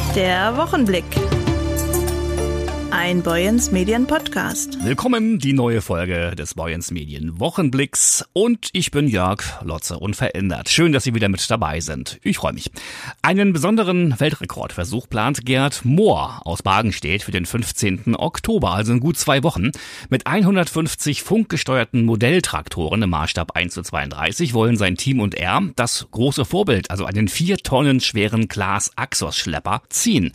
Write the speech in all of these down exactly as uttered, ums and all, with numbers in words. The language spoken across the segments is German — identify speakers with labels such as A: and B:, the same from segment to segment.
A: Der Wochenblick. Ein Boyens Medien Podcast.
B: Willkommen, die neue Folge des Boyens Medien Wochenblicks. Und ich bin Jörg, Lotze unverändert. Schön, dass Sie wieder mit dabei sind. Ich freue mich. Einen besonderen Weltrekordversuch plant Gerd Mohr aus Bargenstedt für den fünfzehnten Oktober, also in gut zwei Wochen. Mit hundertfünfzig funkgesteuerten Modelltraktoren im Maßstab eins zu zweiunddreißig wollen sein Team und er das große Vorbild, also einen vier Tonnen schweren Claas Axos Schlepper, ziehen.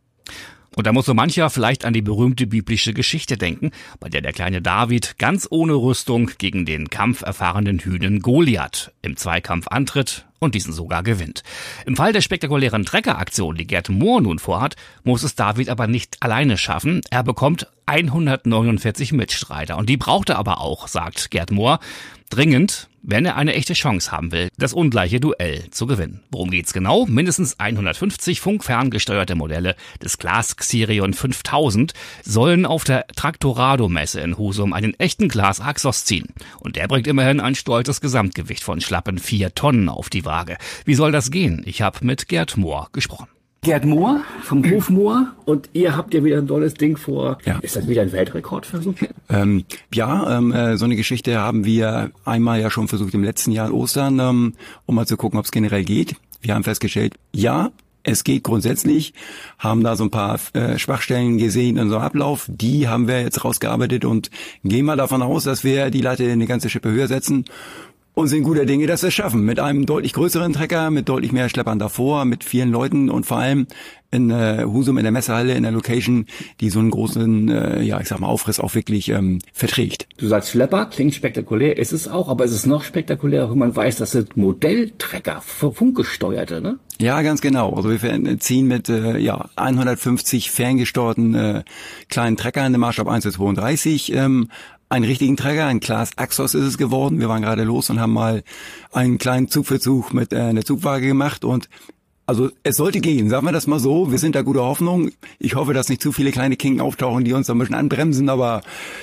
B: Und da muss so mancher vielleicht an die berühmte biblische Geschichte denken, bei der der kleine David ganz ohne Rüstung gegen den kampferfahrenen Hünen Goliath im Zweikampf antritt und diesen sogar gewinnt. Im Fall der spektakulären Treckeraktion, die Gerd Mohr nun vorhat, muss es David aber nicht alleine schaffen. Er bekommt hundertneunundvierzig Mitstreiter und die braucht er aber auch, sagt Gerd Mohr, dringend, wenn er eine echte Chance haben will, das ungleiche Duell zu gewinnen. Worum geht's genau? Mindestens hundertfünfzig funkferngesteuerte Modelle des Claas Xerion fünftausend sollen auf der Traktorado-Messe in Husum einen echten Claas Axos ziehen. Und der bringt immerhin ein stolzes Gesamtgewicht von schlappen vier Tonnen auf die Waage. Wie soll das gehen? Ich habe mit Gerd Mohr gesprochen.
C: Gerd Mohr vom Hof Mohr, und ihr habt ja wieder ein tolles Ding vor.
D: Ja.
C: Ist das wieder ein Weltrekordversuch?
D: Ähm, ja, ähm, äh, so eine Geschichte haben wir einmal ja schon versucht im letzten Jahr in Ostern, ähm, um mal zu gucken, ob es generell geht. Wir haben festgestellt, ja, es geht grundsätzlich, haben da so ein paar äh, Schwachstellen gesehen in unserem Ablauf. Die haben wir jetzt rausgearbeitet und gehen mal davon aus, dass wir die Latte eine ganze Schippe höher setzen. Und sind guter Dinge, dass wir es schaffen. Mit einem deutlich größeren Trecker, mit deutlich mehr Schleppern davor, mit vielen Leuten und vor allem in äh, Husum in der Messehalle, in der Location, die so einen großen, äh, ja, ich sag mal, Aufriss auch wirklich ähm, verträgt.
C: Du sagst Schlepper, klingt spektakulär, ist es auch, aber es ist noch spektakulärer, wenn man weiß, das sind Modelltrecker, funkgesteuerte, ne?
D: Ja, ganz genau. Also wir ziehen mit äh, ja hundertfünfzig ferngesteuerten äh, kleinen Treckern im Maßstab eins zu zweiunddreißig, ähm, einen richtigen Trecker, ein Claas Axos ist es geworden. Wir waren gerade los und haben mal einen kleinen Zugverzug mit äh, einer Zugwaage gemacht und also es sollte gehen, sagen wir das mal so. Wir sind da guter Hoffnung. Ich hoffe, dass nicht zu viele kleine Kinken auftauchen, die uns da ein bisschen anbremsen, aber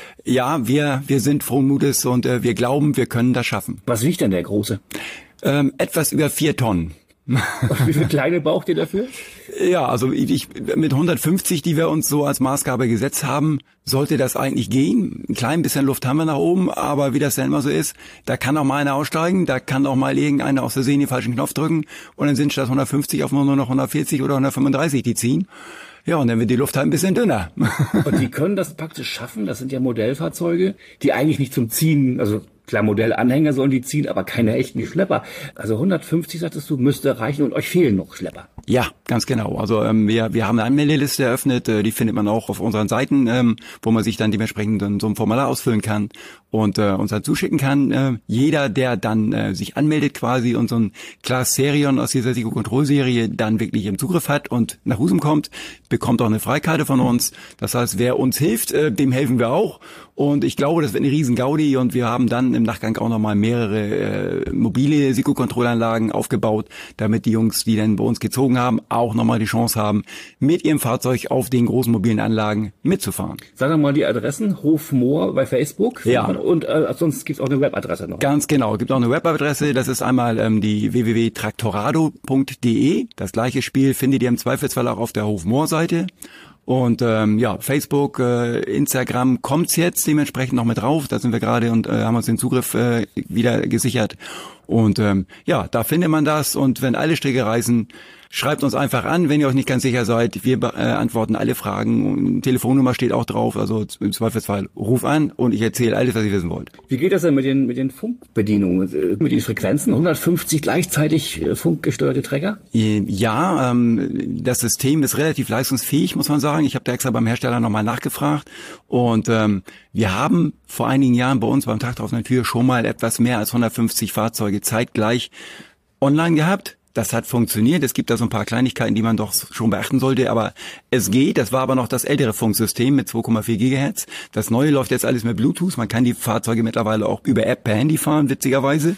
D: ja, wir wir sind frohen Mutes und äh, wir glauben, wir können das schaffen.
C: Was wiegt denn der Große?
D: Ähm, etwas über vier Tonnen.
C: Und wie viele kleine braucht ihr dafür?
D: Ja, also ich, mit hundertfünfzig, die wir uns so als Maßgabe gesetzt haben, sollte das eigentlich gehen. Ein klein bisschen Luft haben wir nach oben, aber wie das dann immer so ist, da kann auch mal einer aussteigen, da kann auch mal irgendeiner aus Versehen den falschen Knopf drücken und dann sind statt hundertfünfzig auf nur noch hundertvierzig oder hundertfünfunddreißig die ziehen. Ja, und dann wird die Luft halt ein bisschen dünner.
C: Und die können das praktisch schaffen, das sind ja Modellfahrzeuge, die eigentlich nicht zum Ziehen, also klar, Modellanhänger sollen die ziehen, aber keine echten Schlepper. Also hundertfünfzig, sagtest du, müsste reichen und euch fehlen noch Schlepper.
D: Ja, ganz genau. Also ähm, wir wir haben eine Anmeldeliste eröffnet, äh, die findet man auch auf unseren Seiten, ähm, wo man sich dann dementsprechend dann so ein Formular ausfüllen kann und äh, uns dann zuschicken kann. Äh, jeder, der dann äh, sich anmeldet quasi und so ein Claas Xerion aus dieser Siko-Kontrollserie dann wirklich im Zugriff hat und nach Husum kommt, bekommt auch eine Freikarte von uns. Das heißt, wer uns hilft, äh, dem helfen wir auch. Und ich glaube, das wird eine riesen Gaudi und wir haben dann im Nachgang auch nochmal mehrere äh, mobile Siko-Kontrollanlagen aufgebaut, damit die Jungs, die dann bei uns gezogen haben, auch nochmal die Chance haben, mit ihrem Fahrzeug auf den großen mobilen Anlagen mitzufahren.
C: Sag doch mal die Adressen, Hof Mohr bei Facebook.
D: Ja.
C: Und äh, sonst gibt's auch eine Webadresse noch.
D: Ganz genau, es gibt auch eine Webadresse, das ist einmal ähm, die w w w punkt traktorado punkt d e. Das gleiche Spiel findet ihr im Zweifelsfall auch auf der Hof Mohr Seite. Und ähm, ja, Facebook, äh, Instagram kommt's jetzt dementsprechend noch mit drauf. Da sind wir gerade und äh, haben uns den Zugriff äh, wieder gesichert. Und ähm, ja, da findet man das. Und wenn alle Stricke reißen, schreibt uns einfach an, wenn ihr euch nicht ganz sicher seid. Wir beantworten alle Fragen. Und Telefonnummer steht auch drauf. Also im Zweifelsfall ruf an und ich erzähle alles, was ihr wissen wollt.
C: Wie geht das denn mit den mit den Funkbedienungen, mit den Frequenzen? hundertfünfzig gleichzeitig äh, funkgesteuerte Trecker?
D: Ja, ähm, das System ist relativ leistungsfähig, muss man sagen. Ich habe da extra beim Hersteller nochmal nachgefragt. Und ähm, wir haben vor einigen Jahren bei uns beim Tag drauf Tür schon mal etwas mehr als hundertfünfzig Fahrzeuge zeitgleich online gehabt. Das hat funktioniert. Es gibt da so ein paar Kleinigkeiten, die man doch schon beachten sollte, aber es geht. Das war aber noch das ältere Funksystem mit zwei Komma vier Gigahertz. Das neue läuft jetzt alles mit Bluetooth. Man kann die Fahrzeuge mittlerweile auch über App per Handy fahren, witzigerweise.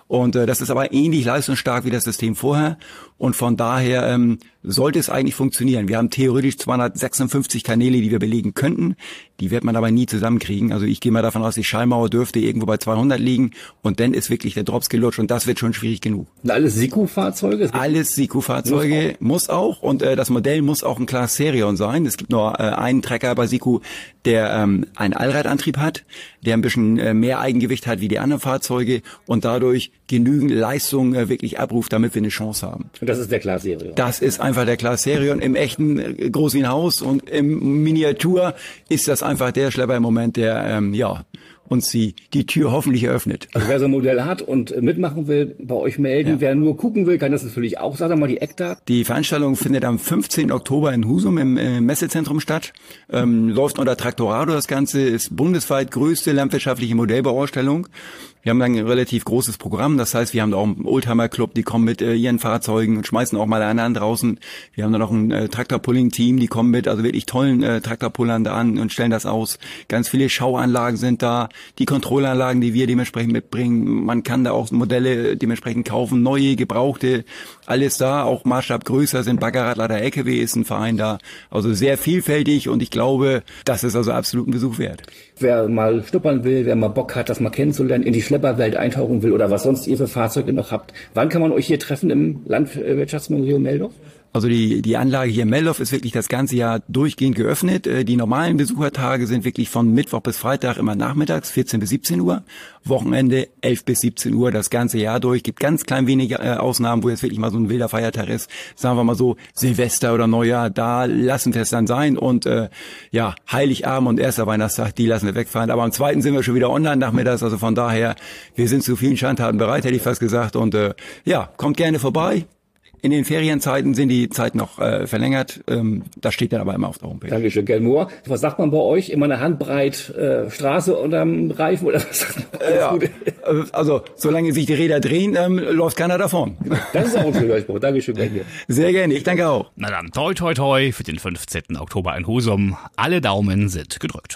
D: Und äh, das ist aber ähnlich leistungsstark wie das System vorher. Und von daher ähm, sollte es eigentlich funktionieren. Wir haben theoretisch zweihundertsechsundfünfzig Kanäle, die wir belegen könnten. Die wird man aber nie zusammenkriegen. Also ich gehe mal davon aus, die Schallmauer dürfte irgendwo bei zweihundert liegen. Und dann ist wirklich der Drops gelutscht. Und das wird schon schwierig genug.
C: Und alles S I K U-Fahrzeuge?
D: Alles S I K U-Fahrzeuge muss auch. Und äh, das Modell muss auch ein Class Serion sein. Es gibt nur äh, einen Trecker bei S I K U, der ähm, einen Allradantrieb hat, der ein bisschen äh, mehr Eigengewicht hat wie die anderen Fahrzeuge und dadurch genügend Leistung äh, wirklich abruft, damit wir eine Chance haben.
C: Und das ist der Class Serion?
D: Das ist einfach der Class Serion im echten äh, großen Haus, und im Miniatur ist das einfach der Schlepper im Moment, der ähm, ja uns die, die Tür hoffentlich eröffnet.
C: Also wer so ein Modell hat und mitmachen will, bei euch melden. Ja. Wer nur gucken will, kann das natürlich auch. Sag doch mal die Eckdaten.
D: Die Veranstaltung findet am fünfzehnten Oktober in Husum im äh, Messezentrum statt. Ähm, läuft unter Traktorado das Ganze, ist bundesweit größte landwirtschaftliche Modellbauausstellung. Wir haben dann ein relativ großes Programm, das heißt, wir haben da auch einen Oldtimer-Club, die kommen mit äh, ihren Fahrzeugen und schmeißen auch mal einen an draußen. Wir haben da noch ein äh, Traktor-Pulling-Team, die kommen mit also wirklich tollen äh, Traktorpullern da an und stellen das aus. Ganz viele Schauanlagen sind da, die Kontrollanlagen, die wir dementsprechend mitbringen. Man kann da auch Modelle dementsprechend kaufen, neue, gebrauchte, alles da. Auch Maßstab größer sind Baggerradler, der L K W ist ein Verein da. Also sehr vielfältig, und ich glaube, das ist also absolut ein Besuch wert.
C: Wer mal schnuppern will, wer mal Bock hat, das mal kennenzulernen, in die Schlepperwelt eintauchen will oder was sonst ihr für Fahrzeuge noch habt. Wann kann man euch hier treffen im Landwirtschaftsmuseum Meldorf?
D: Also die die Anlage hier in Meldorf ist wirklich das ganze Jahr durchgehend geöffnet. Die normalen Besuchertage sind wirklich von Mittwoch bis Freitag immer nachmittags, vierzehn bis siebzehn Uhr. Wochenende elf bis siebzehn Uhr, das ganze Jahr durch. Gibt ganz klein wenige äh, Ausnahmen, wo jetzt wirklich mal so ein wilder Feiertag ist. Sagen wir mal so Silvester oder Neujahr, da lassen wir es dann sein. Und äh, ja, Heiligabend und erster Weihnachtstag, die lassen wir wegfahren. Aber am zweiten sind wir schon wieder online nachmittags. Also von daher, wir sind zu vielen Schandtaten bereit, hätte ich fast gesagt. Und äh, ja, kommt gerne vorbei. In den Ferienzeiten sind die Zeiten noch äh, verlängert. Ähm, das steht dann aber immer auf der Homepage.
C: Dankeschön, Gerd Mohr. Was sagt man bei euch? Immer eine Handbreit äh, Straße unterm Reifen oder was sagt man?
D: Äh, ja, also solange sich die Räder drehen, ähm, läuft keiner davon.
C: Das ist auch ein schöner Spruch. Dankeschön, Gerd.
D: Sehr gerne, ich danke auch.
B: Na dann, toi toi toi für den fünfzehnten Oktober in Husum. Alle Daumen sind gedrückt.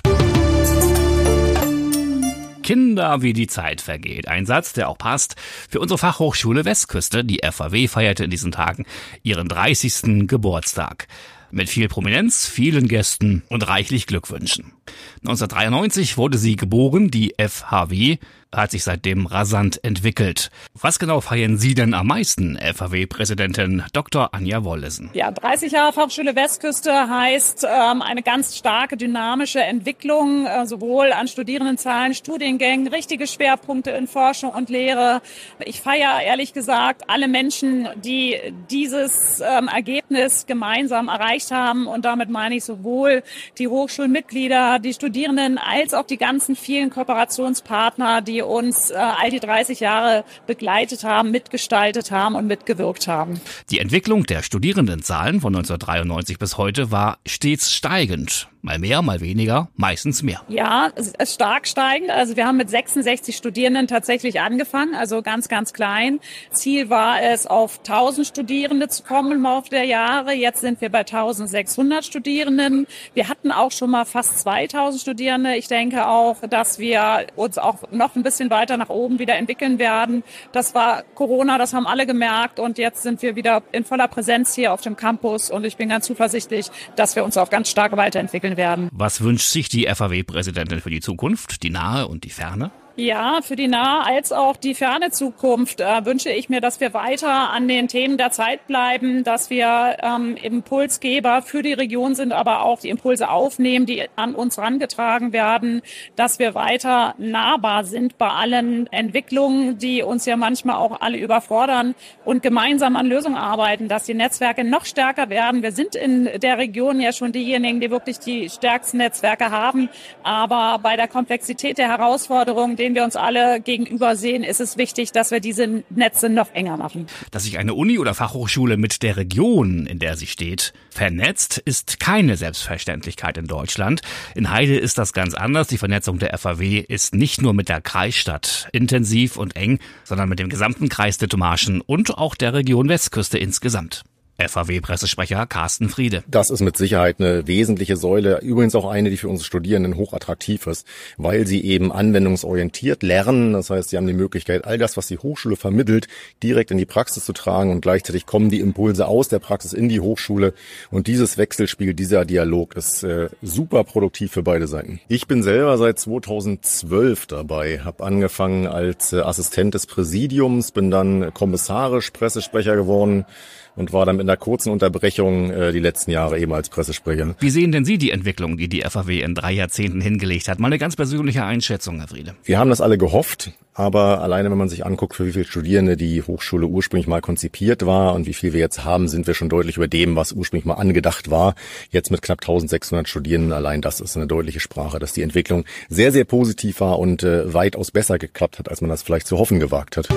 B: Kinder, wie die Zeit vergeht. Ein Satz, der auch passt für unsere Fachhochschule Westküste. Die F A W feierte in diesen Tagen ihren dreißigsten Geburtstag. Mit viel Prominenz, vielen Gästen und reichlich Glückwünschen. neunzehnhundertdreiundneunzig wurde sie geboren, die F H W hat sich seitdem rasant entwickelt. Was genau feiern Sie denn am meisten, F A W-Präsidentin Doktor Anja Wollesen?
E: Ja, dreißig Jahre Fachschule Westküste heißt ähm, eine ganz starke dynamische Entwicklung, äh, sowohl an Studierendenzahlen, Studiengängen, richtige Schwerpunkte in Forschung und Lehre. Ich feiere ehrlich gesagt alle Menschen, die dieses ähm, Ergebnis gemeinsam erreicht haben, und damit meine ich sowohl die Hochschulmitglieder, die Studierenden, als auch die ganzen vielen Kooperationspartner, die uns äh, all die dreißig Jahre begleitet haben, mitgestaltet haben und mitgewirkt haben.
B: Die Entwicklung der Studierendenzahlen von neunzehnhundertdreiundneunzig bis heute war stets steigend. Mal mehr, mal weniger, meistens mehr.
E: Ja, es ist stark steigend. Also wir haben mit sechsundsechzig Studierenden tatsächlich angefangen, also ganz, ganz klein. Ziel war es, auf tausend Studierende zu kommen im Laufe der Jahre. Jetzt sind wir bei eintausendsechshundert Studierenden. Wir hatten auch schon mal fast zweitausend Studierende. Ich denke auch, dass wir uns auch noch ein bisschen weiter nach oben wieder entwickeln werden. Das war Corona, das haben alle gemerkt, und jetzt sind wir wieder in voller Präsenz hier auf dem Campus, und ich bin ganz zuversichtlich, dass wir uns auch ganz stark weiterentwickeln werden.
B: Was wünscht sich die F A W-Präsidentin für die Zukunft, die nahe und die ferne?
E: Ja, für die nahe als auch die ferne Zukunft äh, wünsche ich mir, dass wir weiter an den Themen der Zeit bleiben, dass wir ähm, Impulsgeber für die Region sind, aber auch die Impulse aufnehmen, die an uns herangetragen werden, dass wir weiter nahbar sind bei allen Entwicklungen, die uns ja manchmal auch alle überfordern, und gemeinsam an Lösungen arbeiten, dass die Netzwerke noch stärker werden. Wir sind in der Region ja schon diejenigen, die wirklich die stärksten Netzwerke haben, aber bei der Komplexität der Herausforderungen, denen wir uns alle gegenüber sehen, ist es wichtig, dass wir diese Netze noch enger machen.
B: Dass sich eine Uni oder Fachhochschule mit der Region, in der sie steht, vernetzt, ist keine Selbstverständlichkeit in Deutschland. In Heide ist das ganz anders. Die Vernetzung der F A W ist nicht nur mit der Kreisstadt intensiv und eng, sondern mit dem gesamten Kreis Dithmarschen und auch der Region Westküste insgesamt. F A W-Pressesprecher Carsten Friede.
F: Das ist mit Sicherheit eine wesentliche Säule, übrigens auch eine, die für unsere Studierenden hochattraktiv ist, weil sie eben anwendungsorientiert lernen. Das heißt, sie haben die Möglichkeit, all das, was die Hochschule vermittelt, direkt in die Praxis zu tragen und gleichzeitig kommen die Impulse aus der Praxis in die Hochschule. Und dieses Wechselspiel, dieser Dialog ist äh, super produktiv für beide Seiten. Ich bin selber seit zweitausendzwölf dabei, habe angefangen als äh, Assistent des Präsidiums, bin dann kommissarisch Pressesprecher geworden und war dann mit einer kurzen Unterbrechung äh, die letzten Jahre eben als Pressesprecher.
B: Wie sehen denn Sie die Entwicklung, die die F A W in drei Jahrzehnten hingelegt hat? Mal eine ganz persönliche Einschätzung, Herr Friede.
F: Wir haben das alle gehofft, aber alleine wenn man sich anguckt, für wie viele Studierende die Hochschule ursprünglich mal konzipiert war und wie viel wir jetzt haben, sind wir schon deutlich über dem, was ursprünglich mal angedacht war. Jetzt mit knapp eintausendsechshundert Studierenden, allein das ist eine deutliche Sprache, dass die Entwicklung sehr, sehr positiv war und äh, weitaus besser geklappt hat, als man das vielleicht zu hoffen gewagt hat.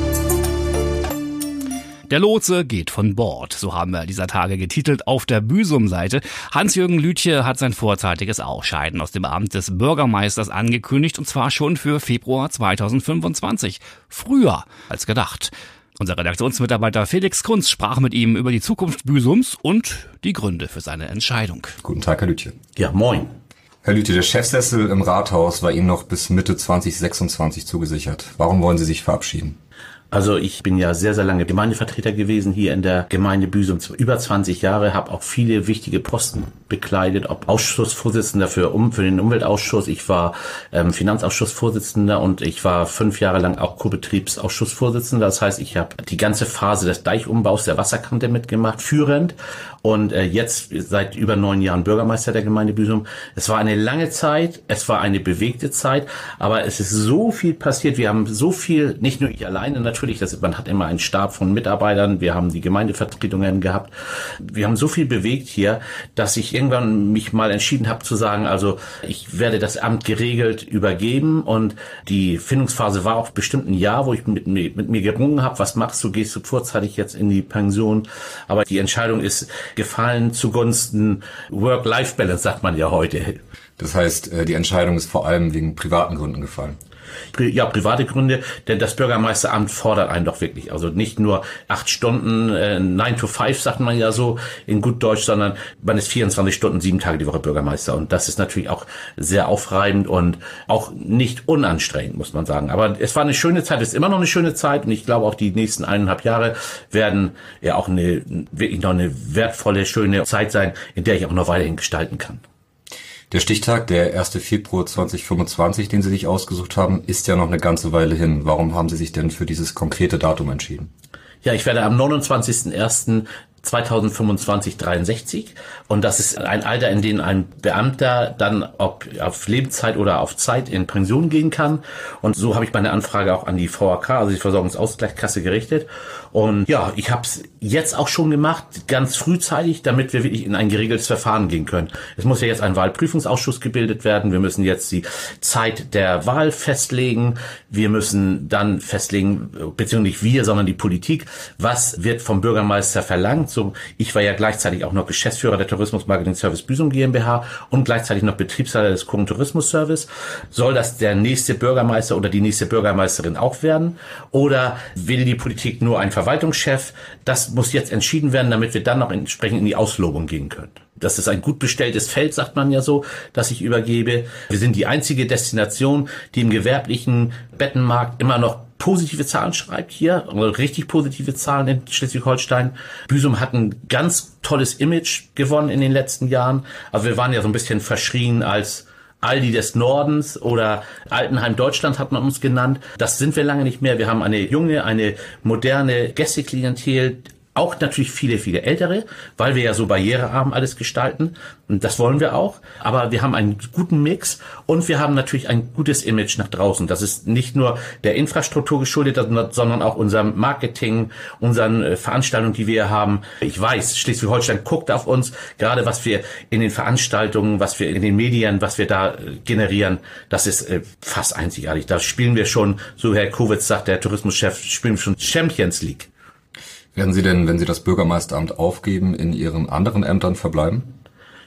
B: Der Lotse geht von Bord, so haben wir dieser Tage getitelt auf der Büsum-Seite. Hans-Jürgen Lütje hat sein vorzeitiges Ausscheiden aus dem Amt des Bürgermeisters angekündigt, und zwar schon für Februar zweitausendfünfundzwanzig. Früher als gedacht. Unser Redaktionsmitarbeiter Felix Kunz sprach mit ihm über die Zukunft Büsums und die Gründe für seine Entscheidung.
G: Guten Tag, Herr Lütje.
H: Ja, moin.
G: Herr Lütje, der Chefsessel im Rathaus war Ihnen noch bis Mitte zweitausendsechsundzwanzig zugesichert. Warum wollen Sie sich verabschieden?
H: Also ich bin ja sehr, sehr lange Gemeindevertreter gewesen hier in der Gemeinde Büsum, über zwanzig Jahre, habe auch viele wichtige Posten bekleidet, ob Ausschussvorsitzender für, um, für den Umweltausschuss, ich war ähm, Finanzausschussvorsitzender und ich war fünf Jahre lang auch Co-Betriebsausschussvorsitzender. Das heißt, ich habe die ganze Phase des Deichumbaus der Wasserkante mitgemacht, führend, und äh, jetzt seit über neun Jahren Bürgermeister der Gemeinde Büsum. Es war eine lange Zeit, es war eine bewegte Zeit, aber es ist so viel passiert. Wir haben so viel, nicht nur ich alleine natürlich, das, man hat immer einen Stab von Mitarbeitern, wir haben die Gemeindevertretungen gehabt. Wir haben so viel bewegt hier, dass ich irgendwann mich mal entschieden habe zu sagen, also ich werde das Amt geregelt übergeben, und die Findungsphase war auch bestimmt ein Jahr, wo ich mit, mit mir gerungen habe, was machst du, gehst du vorzeitig jetzt in die Pension, aber die Entscheidung ist gefallen zugunsten Work-Life-Balance, sagt man ja heute.
G: Das heißt, die Entscheidung ist vor allem wegen privaten Gründen gefallen.
H: Ja, private Gründe, denn das Bürgermeisteramt fordert einen doch wirklich. Also nicht nur acht Stunden, äh, nine to five, sagt man ja so in gut Deutsch, sondern man ist vierundzwanzig Stunden, sieben Tage die Woche Bürgermeister. Und das ist natürlich auch sehr aufreibend und auch nicht unanstrengend, muss man sagen. Aber es war eine schöne Zeit, es ist immer noch eine schöne Zeit, und ich glaube auch die nächsten eineinhalb Jahre werden ja auch eine wirklich noch eine wertvolle, schöne Zeit sein, in der ich auch noch weiterhin gestalten kann.
G: Der Stichtag, der erster Februar zweitausendfünfundzwanzig, den Sie sich ausgesucht haben, ist ja noch eine ganze Weile hin. Warum haben Sie sich denn für dieses konkrete Datum entschieden?
H: Ja, ich werde am neunundzwanzigsten ersten zweitausendfünfundzwanzig dreiundsechzig, und das ist ein Alter, in dem ein Beamter dann ob auf Lebenszeit oder auf Zeit in Pension gehen kann, und so habe ich meine Anfrage auch an die V A K, also die Versorgungsausgleichskasse, gerichtet. Und ja, ich habe es jetzt auch schon gemacht, ganz frühzeitig, damit wir wirklich in ein geregeltes Verfahren gehen können. Es muss ja jetzt ein Wahlprüfungsausschuss gebildet werden, wir müssen jetzt die Zeit der Wahl festlegen, wir müssen dann festlegen, beziehungsweise nicht wir, sondern die Politik, was wird vom Bürgermeister verlangt. So, ich war ja gleichzeitig auch noch Geschäftsführer der Tourismus Marketing Service Büsum GmbH und gleichzeitig noch Betriebsleiter des Kuchen Tourismus Service. Soll das der nächste Bürgermeister oder die nächste Bürgermeisterin auch werden? Oder will die Politik nur einen Verwaltungschef? Das muss jetzt entschieden werden, damit wir dann noch entsprechend in die Auslobung gehen können. Das ist ein gut bestelltes Feld, sagt man ja so, das ich übergebe. Wir sind die einzige Destination, die im gewerblichen Bettenmarkt immer noch positive Zahlen schreibt hier, also richtig positive Zahlen in Schleswig-Holstein. Büsum hat ein ganz tolles Image gewonnen in den letzten Jahren. Also wir waren ja so ein bisschen verschrien als Aldi des Nordens oder Altenheim Deutschland hat man uns genannt. Das sind wir lange nicht mehr. Wir haben eine junge, eine moderne Gästeklientel, auch natürlich viele, viele Ältere, weil wir ja so barrierearm alles gestalten. Und das wollen wir auch. Aber wir haben einen guten Mix und wir haben natürlich ein gutes Image nach draußen. Das ist nicht nur der Infrastruktur geschuldet, sondern auch unserem Marketing, unseren Veranstaltungen, die wir haben. Ich weiß, Schleswig-Holstein guckt auf uns, gerade was wir in den Veranstaltungen, was wir in den Medien, was wir da generieren, das ist fast einzigartig. Da spielen wir schon, so Herr Kowitz sagt, der Tourismuschef, spielen wir schon Champions League.
G: Werden Sie denn, wenn Sie das Bürgermeisteramt aufgeben, in Ihren anderen Ämtern verbleiben?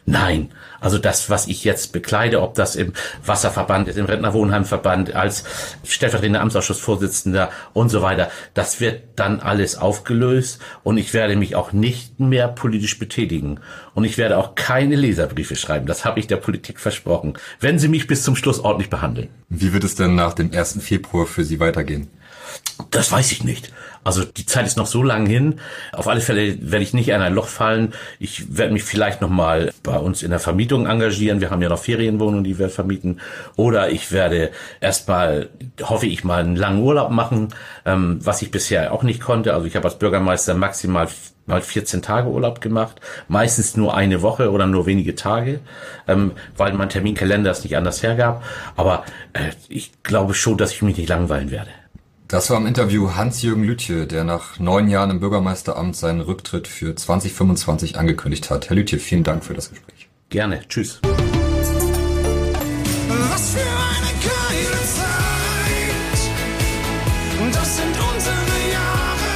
H: Nein, also das, was ich jetzt bekleide, ob das im Wasserverband ist, im Rentnerwohnheimverband, als stellvertretender Amtsausschussvorsitzender und so weiter, das wird dann alles aufgelöst und ich werde mich auch nicht mehr politisch betätigen. Und ich werde auch keine Leserbriefe schreiben. Das habe ich der Politik versprochen, wenn sie mich bis zum Schluss ordentlich behandeln.
G: Wie wird es denn nach dem ersten Februar für Sie weitergehen?
H: Das weiß ich nicht. Also die Zeit ist noch so lang hin. Auf alle Fälle werde ich nicht in ein Loch fallen. Ich werde mich vielleicht noch mal bei uns in der Vermietung engagieren. Wir haben ja noch Ferienwohnungen, die wir vermieten. Oder ich werde erstmal, hoffe ich mal, einen langen Urlaub machen, ähm, was ich bisher auch nicht konnte. Also ich habe als Bürgermeister maximal mal vierzehn Tage Urlaub gemacht. Meistens nur eine Woche oder nur wenige Tage, ähm, weil mein Terminkalender es nicht anders hergab. Aber äh, ich glaube schon, dass ich mich nicht langweilen werde.
G: Das war im Interview Hans-Jürgen Lütje, der nach neun Jahren im Bürgermeisteramt seinen Rücktritt für zwanzig fünfundzwanzig angekündigt hat. Herr Lütje, vielen Dank für das Gespräch.
H: Gerne. Tschüss.
I: Was für eine geile Zeit. Das sind unsere Jahre.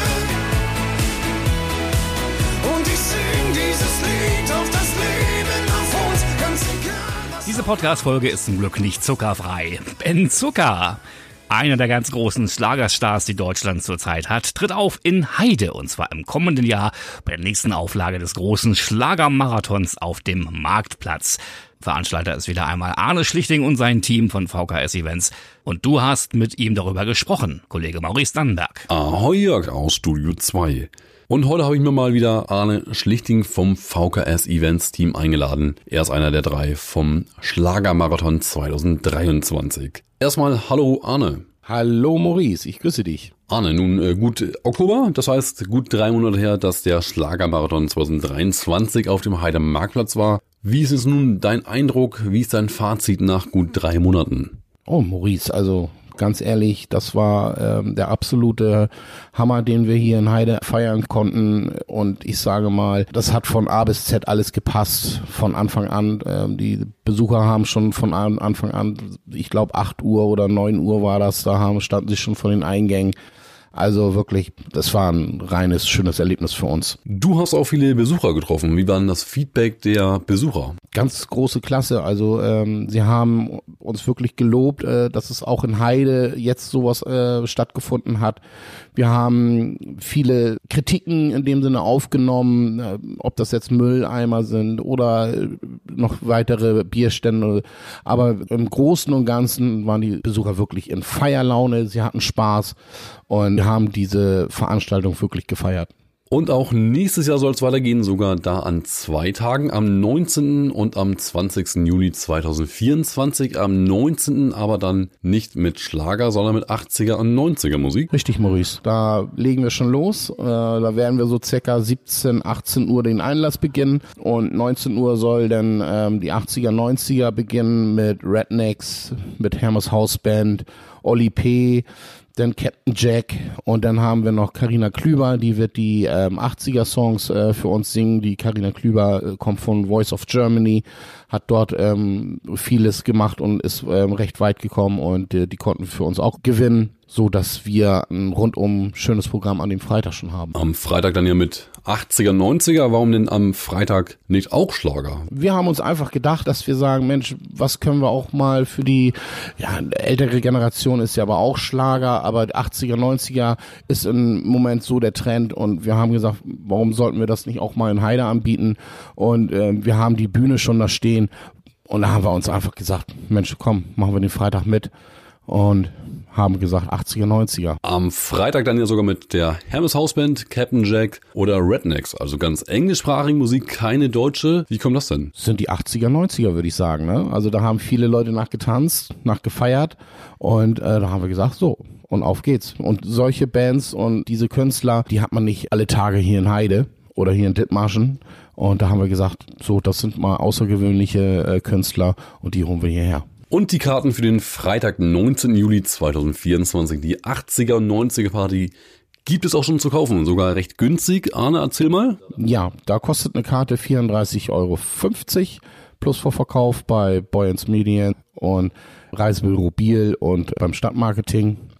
I: Und ich sing dieses Lied auf das Leben, auf uns, ganz egal.
B: Diese Podcast-Folge ist zum Glück nicht zuckerfrei. Ben Zucker, einer der ganz großen Schlagerstars, die Deutschland zurzeit hat, tritt auf in Heide, und zwar im kommenden Jahr bei der nächsten Auflage des großen Schlagermarathons auf dem Marktplatz. Veranstalter ist wieder einmal Arne Schlichting und sein Team von V K S Events. Und du hast mit ihm darüber gesprochen, Kollege Maurice Dannenberg.
J: Ahoi Jörg aus Studio zwei. Und heute habe ich mir mal wieder Arne Schlichting vom V K S Events Team eingeladen. Er ist einer der drei vom Schlagermarathon zwanzig dreiundzwanzig. Erstmal hallo Arne.
K: Hallo Maurice, ich grüße dich.
J: Arne, nun äh, gut Oktober, das heißt gut drei Monate her, dass der Schlagermarathon zwanzig dreiundzwanzig auf dem Heider Marktplatz war. Wie ist es nun dein Eindruck, wie ist dein Fazit nach gut drei Monaten?
K: Oh Maurice, also ganz ehrlich, das war ähm, der absolute Hammer, den wir hier in Heide feiern konnten. Und ich sage mal, das hat von A bis Z alles gepasst, von Anfang an. Ähm, die Besucher haben schon von Anfang an, ich glaube acht Uhr oder neun Uhr war das, da haben, standen sie schon vor den Eingängen. Also wirklich, das war ein reines, schönes Erlebnis für uns.
J: Du hast auch viele Besucher getroffen. Wie war denn das Feedback der Besucher?
K: Ganz große Klasse. Also ähm, sie haben uns wirklich gelobt, äh, dass es auch in Heide jetzt sowas äh, stattgefunden hat. Wir haben viele Kritiken in dem Sinne aufgenommen, äh, ob das jetzt Mülleimer sind oder äh, noch weitere Bierstände. Aber im Großen und Ganzen waren die Besucher wirklich in Feierlaune. Sie hatten Spaß und haben diese Veranstaltung wirklich gefeiert.
J: Und auch nächstes Jahr soll es weitergehen, sogar da an zwei Tagen, am neunzehnten und am zwanzigsten Juli zweitausendvierundzwanzig. Am neunzehnten aber dann nicht mit Schlager, sondern mit achtziger und neunziger Musik.
K: Richtig, Maurice. Da legen wir schon los. Äh, da werden wir so circa siebzehn, achtzehn Uhr den Einlass beginnen. Und neunzehn Uhr soll dann ähm, die achtziger, neunziger beginnen mit Rednecks, mit Hermes Hausband, Oli P., dann Captain Jack und dann haben wir noch Carina Klüber, die wird die ähm, achtziger Songs äh, für uns singen. Die Carina Klüber äh, kommt von Voice of Germany, hat dort ähm, vieles gemacht und ist ähm, recht weit gekommen und äh, die konnten für uns auch gewinnen, so dass wir ein rundum schönes Programm an dem Freitag schon haben.
J: Am Freitag dann ja mit achtziger, neunziger, warum denn am Freitag nicht auch Schlager?
K: Wir haben uns einfach gedacht, dass wir sagen, Mensch, was können wir auch mal für die, ja, ältere Generation ist ja aber auch Schlager, aber achtziger, neunziger ist im Moment so der Trend und wir haben gesagt, warum sollten wir das nicht auch mal in Heide anbieten und äh, wir haben die Bühne schon da stehen und da haben wir uns einfach gesagt, Mensch, komm, machen wir den Freitag mit und haben gesagt achtziger, neunziger.
J: Am Freitag dann ja sogar mit der Hermes Hausband, Captain Jack oder Rednecks, also ganz englischsprachige Musik, keine deutsche. Wie kommt das denn?
K: Das sind die achtziger, neunziger, würde ich sagen. Ne? Also da haben viele Leute nachgetanzt, nachgefeiert und äh, da haben wir gesagt, so, und auf geht's. Und solche Bands und diese Künstler, die hat man nicht alle Tage hier in Heide oder hier in Dithmarschen. Und da haben wir gesagt, so, das sind mal außergewöhnliche äh, Künstler und die holen wir hierher.
J: Und die Karten für den Freitag, neunzehnten Juli zweitausendvierundzwanzig, die achtziger und neunziger Party, gibt es auch schon zu kaufen und sogar recht günstig. Arne, erzähl mal.
K: Ja, da kostet eine Karte vierunddreißig Euro fünfzig plus Vorverkauf bei Boyens Medien und Reisebüro Biel und beim Stadtmarketing.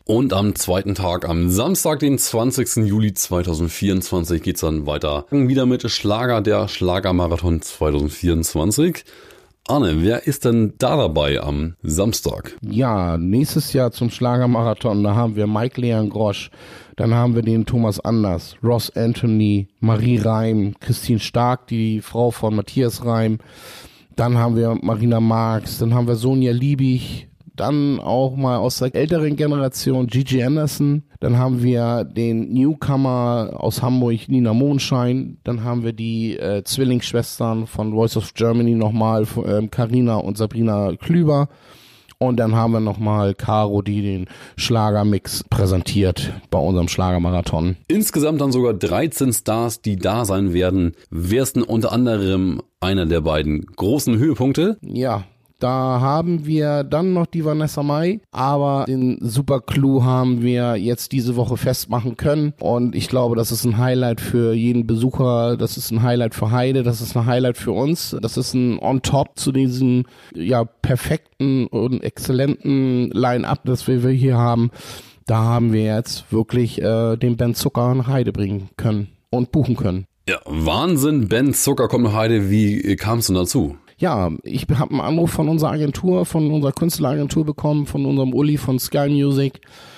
J: Und am zweiten Tag, am Samstag, den zwanzigsten Juli zweitausendvierundzwanzig, geht's dann weiter. Wieder mit Schlager, der Schlagermarathon zweitausendvierundzwanzig. Arne, wer ist denn da dabei am Samstag?
K: Ja, nächstes Jahr zum Schlagermarathon, da haben wir Mike Leon Grosch, dann haben wir den Thomas Anders, Ross Anthony, Marie Reim, Christine Stark, die Frau von Matthias Reim, dann haben wir Marina Marx, dann haben wir Sonja Liebig, dann auch mal aus der älteren Generation Gigi Anderson, dann haben wir den Newcomer aus Hamburg, Nina Mondschein, dann haben wir die äh, Zwillingsschwestern von Voice of Germany nochmal, Carina äh, und Sabrina Klüber, und dann haben wir nochmal Caro, die den Schlagermix präsentiert bei unserem Schlagermarathon.
J: Insgesamt dann sogar dreizehn Stars, die da sein werden. Wer ist denn unter anderem einer der beiden großen Höhepunkte?
K: Ja, da haben wir dann noch die Vanessa Mai, aber den Super Clou haben wir jetzt diese Woche festmachen können, und ich glaube, das ist ein Highlight für jeden Besucher, das ist ein Highlight für Heide, das ist ein Highlight für uns, das ist ein On-Top zu diesem ja perfekten und exzellenten Line-Up, das wir hier haben. Da haben wir jetzt wirklich äh, den Ben Zucker nach Heide bringen können und buchen können.
J: Ja, Wahnsinn, Ben Zucker kommt nach Heide. Wie kam es denn dazu?
K: Ja, ich habe einen Anruf von unserer Agentur, von unserer Künstleragentur bekommen, von unserem Uli von Sky Music.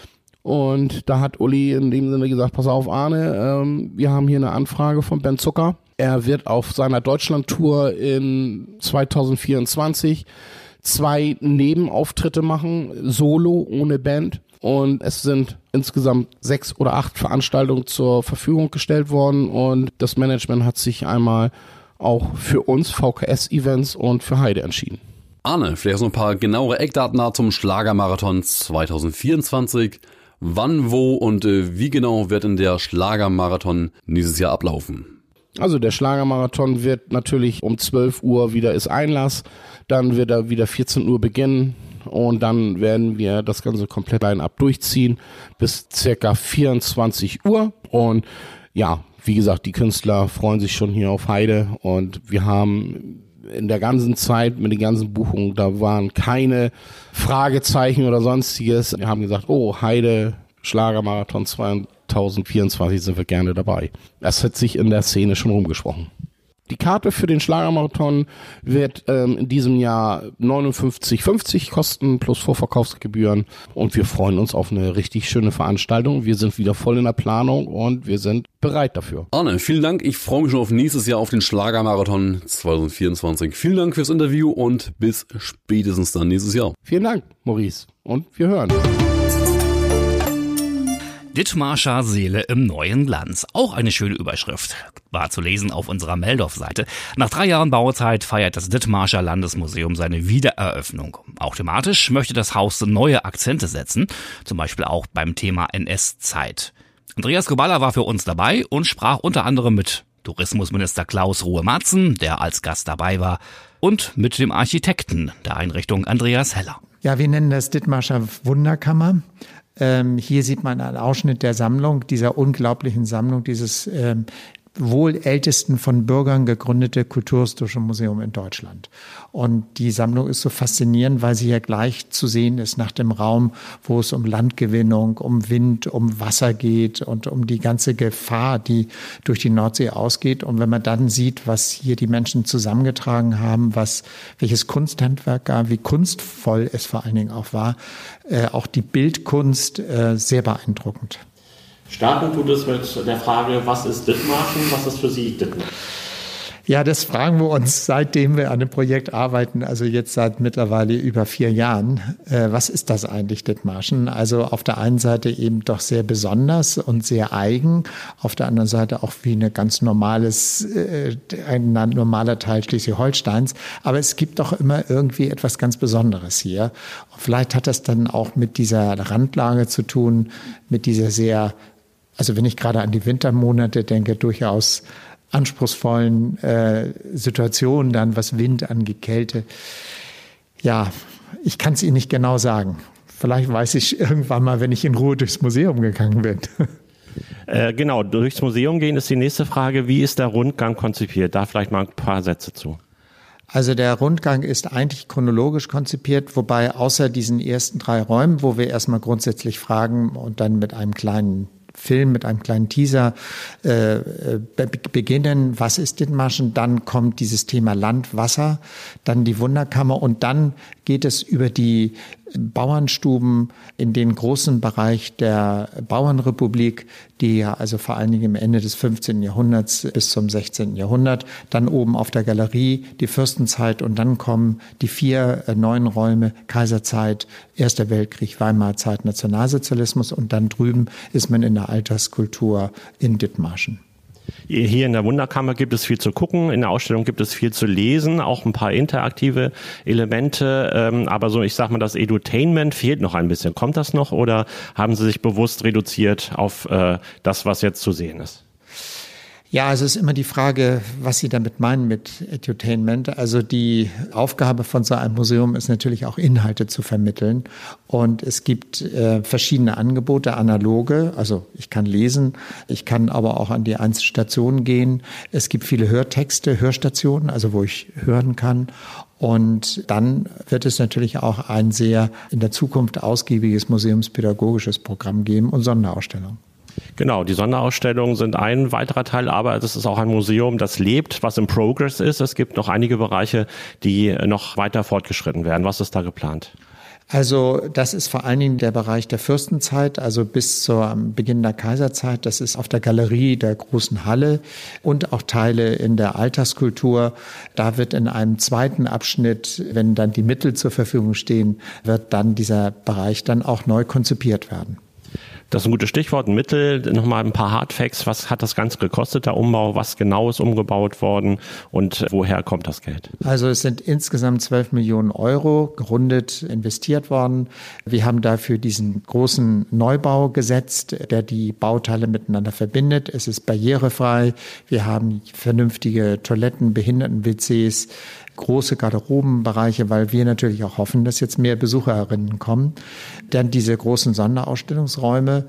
K: Und da hat Uli in dem Sinne gesagt, pass auf Arne, ähm, wir haben hier eine Anfrage von Ben Zucker. Er wird auf seiner Deutschland-Tour in zweitausendvierundzwanzig zwei Nebenauftritte machen, solo, ohne Band. Und es sind insgesamt sechs oder acht Veranstaltungen zur Verfügung gestellt worden. Und das Management hat sich einmal auch für uns V K S-Events und für Heide entschieden.
J: Arne, vielleicht noch ein paar genauere Eckdaten da zum Schlagermarathon zweitausendvierundzwanzig. Wann, wo und äh, wie genau wird denn der Schlagermarathon dieses Jahr ablaufen?
K: Also der Schlagermarathon wird natürlich um zwölf Uhr wieder ist Einlass, dann wird er wieder vierzehn Uhr beginnen und dann werden wir das ganze komplett Line-Up durchziehen bis circa vierundzwanzig Uhr. Und ja, wie gesagt, die Künstler freuen sich schon hier auf Heide, und wir haben in der ganzen Zeit mit den ganzen Buchungen, da waren keine Fragezeichen oder sonstiges. Wir haben gesagt, oh, Heide, Schlagermarathon zweitausendvierundzwanzig, sind wir gerne dabei. Das hat sich in der Szene schon rumgesprochen. Die Karte für den Schlagermarathon wird ähm, in diesem Jahr neunundfünfzig fünfzig kosten plus Vorverkaufsgebühren, und wir freuen uns auf eine richtig schöne Veranstaltung. Wir sind wieder voll in der Planung und wir sind bereit dafür.
J: Arne, vielen Dank. Ich freue mich schon auf nächstes Jahr auf den Schlagermarathon zweitausendvierundzwanzig. Vielen Dank fürs Interview und bis spätestens dann nächstes Jahr.
K: Vielen Dank, Maurice, und wir hören.
B: Dithmarscher Seele im neuen Glanz. Auch eine schöne Überschrift. War zu lesen auf unserer Meldorf-Seite. Nach drei Jahren Bauzeit feiert das Dithmarscher Landesmuseum seine Wiedereröffnung. Auch thematisch möchte das Haus neue Akzente setzen. Zum Beispiel auch beim Thema N S-Zeit. Andreas Kubala war für uns dabei und sprach unter anderem mit Tourismusminister Klaus Ruhe-Matzen, der als Gast dabei war, und mit dem Architekten der Einrichtung Andreas Heller.
L: Ja, wir nennen das Dithmarscher Wunderkammer. Ähm, hier sieht man einen Ausschnitt der Sammlung, dieser unglaublichen Sammlung, dieses ähm, wohl ältesten von Bürgern gegründete Kulturhistorische Museum in Deutschland. Und die Sammlung ist so faszinierend, weil sie ja gleich zu sehen ist nach dem Raum, wo es um Landgewinnung, um Wind, um Wasser geht und um die ganze Gefahr, die durch die Nordsee ausgeht. Und wenn man dann sieht, was hier die Menschen zusammengetragen haben, was, welches Kunsthandwerk gab, wie kunstvoll es vor allen Dingen auch war, äh, auch die Bildkunst, äh, sehr beeindruckend.
M: Starten tut es mit der Frage, was ist Dithmarschen, was ist für Sie Dithmarschen?
L: Ja, das fragen wir uns, seitdem wir an dem Projekt arbeiten, also jetzt seit mittlerweile über vier Jahren. Äh, was ist das eigentlich, Dithmarschen? Also auf der einen Seite eben doch sehr besonders und sehr eigen, auf der anderen Seite auch wie eine ganz normales, äh, ein normaler Teil Schleswig-Holsteins. Aber es gibt doch immer irgendwie etwas ganz Besonderes hier. Und vielleicht hat das dann auch mit dieser Randlage zu tun, mit dieser sehr, also wenn ich gerade an die Wintermonate denke, durchaus anspruchsvollen äh, Situationen, dann was Wind angeht, Kälte. Ja, ich kann es Ihnen nicht genau sagen. Vielleicht weiß ich irgendwann mal, wenn ich in Ruhe durchs Museum gegangen bin.
M: Äh, genau, durchs Museum gehen ist die nächste Frage. Wie ist der Rundgang konzipiert? Da vielleicht mal ein paar Sätze zu.
L: Also der Rundgang ist eigentlich chronologisch konzipiert, wobei außer diesen ersten drei Räumen, wo wir erstmal grundsätzlich fragen und dann mit einem kleinen Film, mit einem kleinen Teaser äh, be- beginnen, was ist Dithmarschen, dann kommt dieses Thema Land, Wasser, dann die Wunderkammer und dann geht es über die Bauernstuben in den großen Bereich der Bauernrepublik, die ja also vor allen Dingen im Ende des fünfzehnten Jahrhunderts bis zum sechzehnten Jahrhundert, dann oben auf der Galerie die Fürstenzeit und dann kommen die vier äh, neuen Räume, Kaiserzeit, Erster Weltkrieg, Weimarer Zeit, Nationalsozialismus und dann drüben ist man in der Alterskultur in Dithmarschen.
M: Hier in der Wunderkammer gibt es viel zu gucken, in der Ausstellung gibt es viel zu lesen, auch ein paar interaktive Elemente, ähm, aber so, ich sag mal, das Edutainment fehlt noch ein bisschen. Kommt das noch oder haben Sie sich bewusst reduziert auf äh, das, was jetzt zu sehen ist?
L: Ja, also es ist immer die Frage, was Sie damit meinen mit Edutainment. Also die Aufgabe von so einem Museum ist natürlich auch Inhalte zu vermitteln. Und es gibt äh, verschiedene Angebote, analoge, also ich kann lesen, ich kann aber auch an die einzelnen Stationen gehen. Es gibt viele Hörtexte, Hörstationen, also wo ich hören kann. Und dann wird es natürlich auch ein sehr in der Zukunft ausgiebiges museumspädagogisches Programm geben und Sonderausstellungen.
M: Genau, die Sonderausstellungen sind ein weiterer Teil, aber es ist auch ein Museum, das lebt, was im Progress ist. Es gibt noch einige Bereiche, die noch weiter fortgeschritten werden. Was ist da geplant?
L: Also das ist vor allen Dingen der Bereich der Fürstenzeit, also bis zum Beginn der Kaiserzeit. Das ist auf der Galerie der großen Halle und auch Teile in der Alterskultur. Da wird in einem zweiten Abschnitt, wenn dann die Mittel zur Verfügung stehen, wird dann dieser Bereich dann auch neu konzipiert werden.
M: Das ist ein gutes Stichwort, Mittel, nochmal ein paar Hardfacts. Was hat das Ganze gekostet, der Umbau? Was genau ist umgebaut worden und woher kommt das Geld?
L: Also es sind insgesamt zwölf Millionen Euro gerundet investiert worden. Wir haben dafür diesen großen Neubau gesetzt, der die Bauteile miteinander verbindet. Es ist barrierefrei. Wir haben vernünftige Toiletten, Behinderten-W Cs, große Garderobenbereiche, weil wir natürlich auch hoffen, dass jetzt mehr Besucherinnen kommen. Dann diese großen Sonderausstellungsräume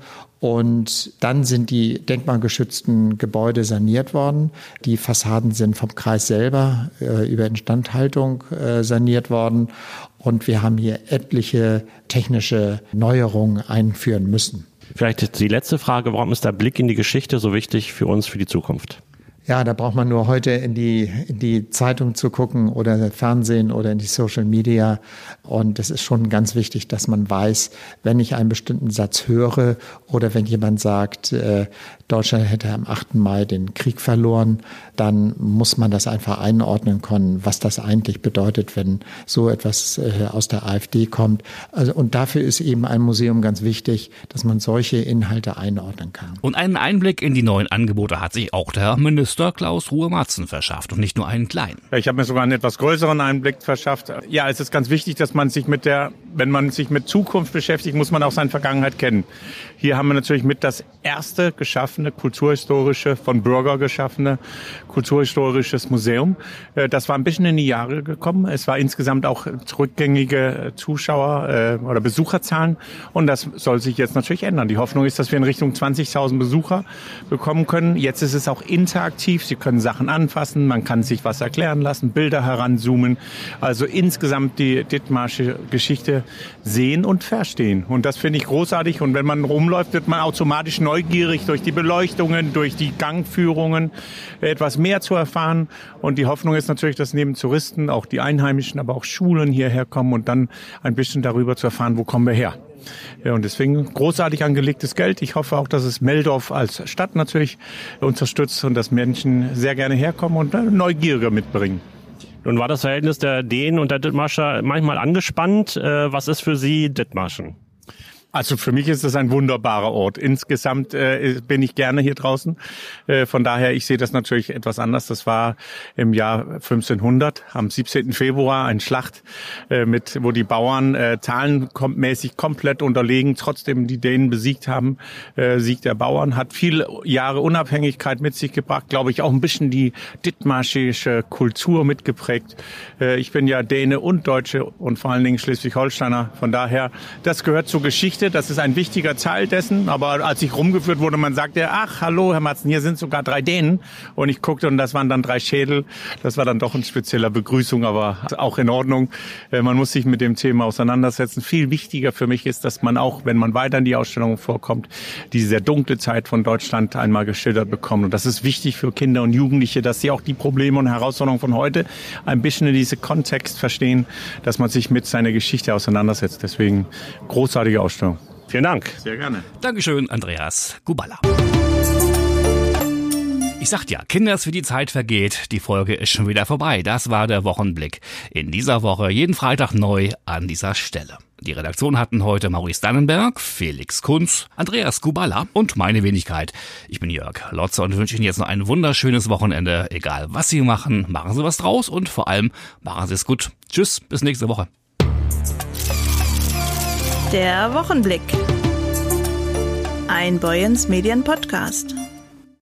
L: und dann sind die denkmalgeschützten Gebäude saniert worden. Die Fassaden sind vom Kreis selber äh, über Instandhaltung äh, saniert worden und wir haben hier etliche technische Neuerungen einführen müssen.
M: Vielleicht die letzte Frage, warum ist der Blick in die Geschichte so wichtig für uns, für die Zukunft?
L: Ja, da braucht man nur heute in die, in die Zeitung zu gucken oder Fernsehen oder in die Social Media. Und es ist schon ganz wichtig, dass man weiß, wenn ich einen bestimmten Satz höre oder wenn jemand sagt, äh, Deutschland hätte am achten Mai den Krieg verloren, dann muss man das einfach einordnen können, was das eigentlich bedeutet, wenn so etwas äh, aus der AfD kommt. Also, und dafür ist eben ein Museum ganz wichtig, dass man solche Inhalte einordnen kann.
B: Und einen Einblick in die neuen Angebote hat sich auch der Minister Klaus Ruhe-Matzen verschafft und nicht nur einen kleinen.
N: Ich habe mir sogar einen etwas größeren Einblick verschafft. Ja, es ist ganz wichtig, dass man sich mit der, wenn man sich mit Zukunft beschäftigt, muss man auch seine Vergangenheit kennen. Hier haben wir natürlich mit das erste geschaffene, kulturhistorische, von Bürger geschaffene, kulturhistorisches Museum. Das war ein bisschen in die Jahre gekommen. Es war insgesamt auch rückgängige Zuschauer- oder Besucherzahlen und das soll sich jetzt natürlich ändern. Die Hoffnung ist, dass wir in Richtung zwanzigtausend Besucher bekommen können. Jetzt ist es auch interaktiv. Sie können Sachen anfassen, man kann sich was erklären lassen, Bilder heranzoomen. Also insgesamt die Dithmarsche Geschichte sehen und verstehen. Und das finde ich großartig. Und wenn man rumläuft, wird man automatisch neugierig durch die Beleuchtungen, durch die Gangführungen etwas mehr zu erfahren. Und die Hoffnung ist natürlich, dass neben Touristen auch die Einheimischen, aber auch Schulen hierher kommen und dann ein bisschen darüber zu erfahren, wo kommen wir her. Ja, und deswegen großartig angelegtes Geld. Ich hoffe auch, dass es Meldorf als Stadt natürlich unterstützt und dass Menschen sehr gerne herkommen und Neugierde mitbringen.
M: Nun war das Verhältnis der Dänen und der Dithmarscher manchmal angespannt. Was ist für Sie Dithmarschen?
N: Also für mich ist das ein wunderbarer Ort. Insgesamt äh, bin ich gerne hier draußen. Äh, von daher, ich sehe das natürlich etwas anders. Das war im Jahr fünfzehnhundert, am siebzehnten Februar, ein Schlacht, äh, mit, wo die Bauern äh, zahlenmäßig komplett unterlegen, trotzdem die Dänen besiegt haben. Äh, Sieg der Bauern hat viele Jahre Unabhängigkeit mit sich gebracht, glaube ich, auch ein bisschen die dithmarsche Kultur mitgeprägt. Äh, ich bin ja Däne und Deutsche und vor allen Dingen Schleswig-Holsteiner. Von daher, das gehört zur Geschichte. Geschichte, das ist ein wichtiger Teil dessen. Aber als ich rumgeführt wurde, man sagte, ach, hallo, Herr Matzen, hier sind sogar drei Dänen. Und ich guckte und das waren dann drei Schädel. Das war dann doch ein spezieller Begrüßung, aber auch in Ordnung. Man muss sich mit dem Thema auseinandersetzen. Viel wichtiger für mich ist, dass man auch, wenn man weiter in die Ausstellung vorkommt, diese sehr dunkle Zeit von Deutschland einmal geschildert bekommt. Und das ist wichtig für Kinder und Jugendliche, dass sie auch die Probleme und Herausforderungen von heute ein bisschen in diesem Kontext verstehen, dass man sich mit seiner Geschichte auseinandersetzt. Deswegen großartige Ausstellung.
M: Vielen Dank.
N: Sehr gerne.
B: Dankeschön, Andreas Guballa. Ich sagte ja, Kinders, wie die Zeit vergeht, die Folge ist schon wieder vorbei. Das war der Wochenblick. In dieser Woche jeden Freitag neu an dieser Stelle. Die Redaktion hatten heute Maurice Dannenberg, Felix Kunz, Andreas Guballa und meine Wenigkeit. Ich bin Jörg Lotze und wünsche Ihnen jetzt noch ein wunderschönes Wochenende. Egal was Sie machen, machen Sie was draus und vor allem machen Sie es gut. Tschüss, bis nächste Woche.
A: Der Wochenblick. Ein Boyens Medien Podcast.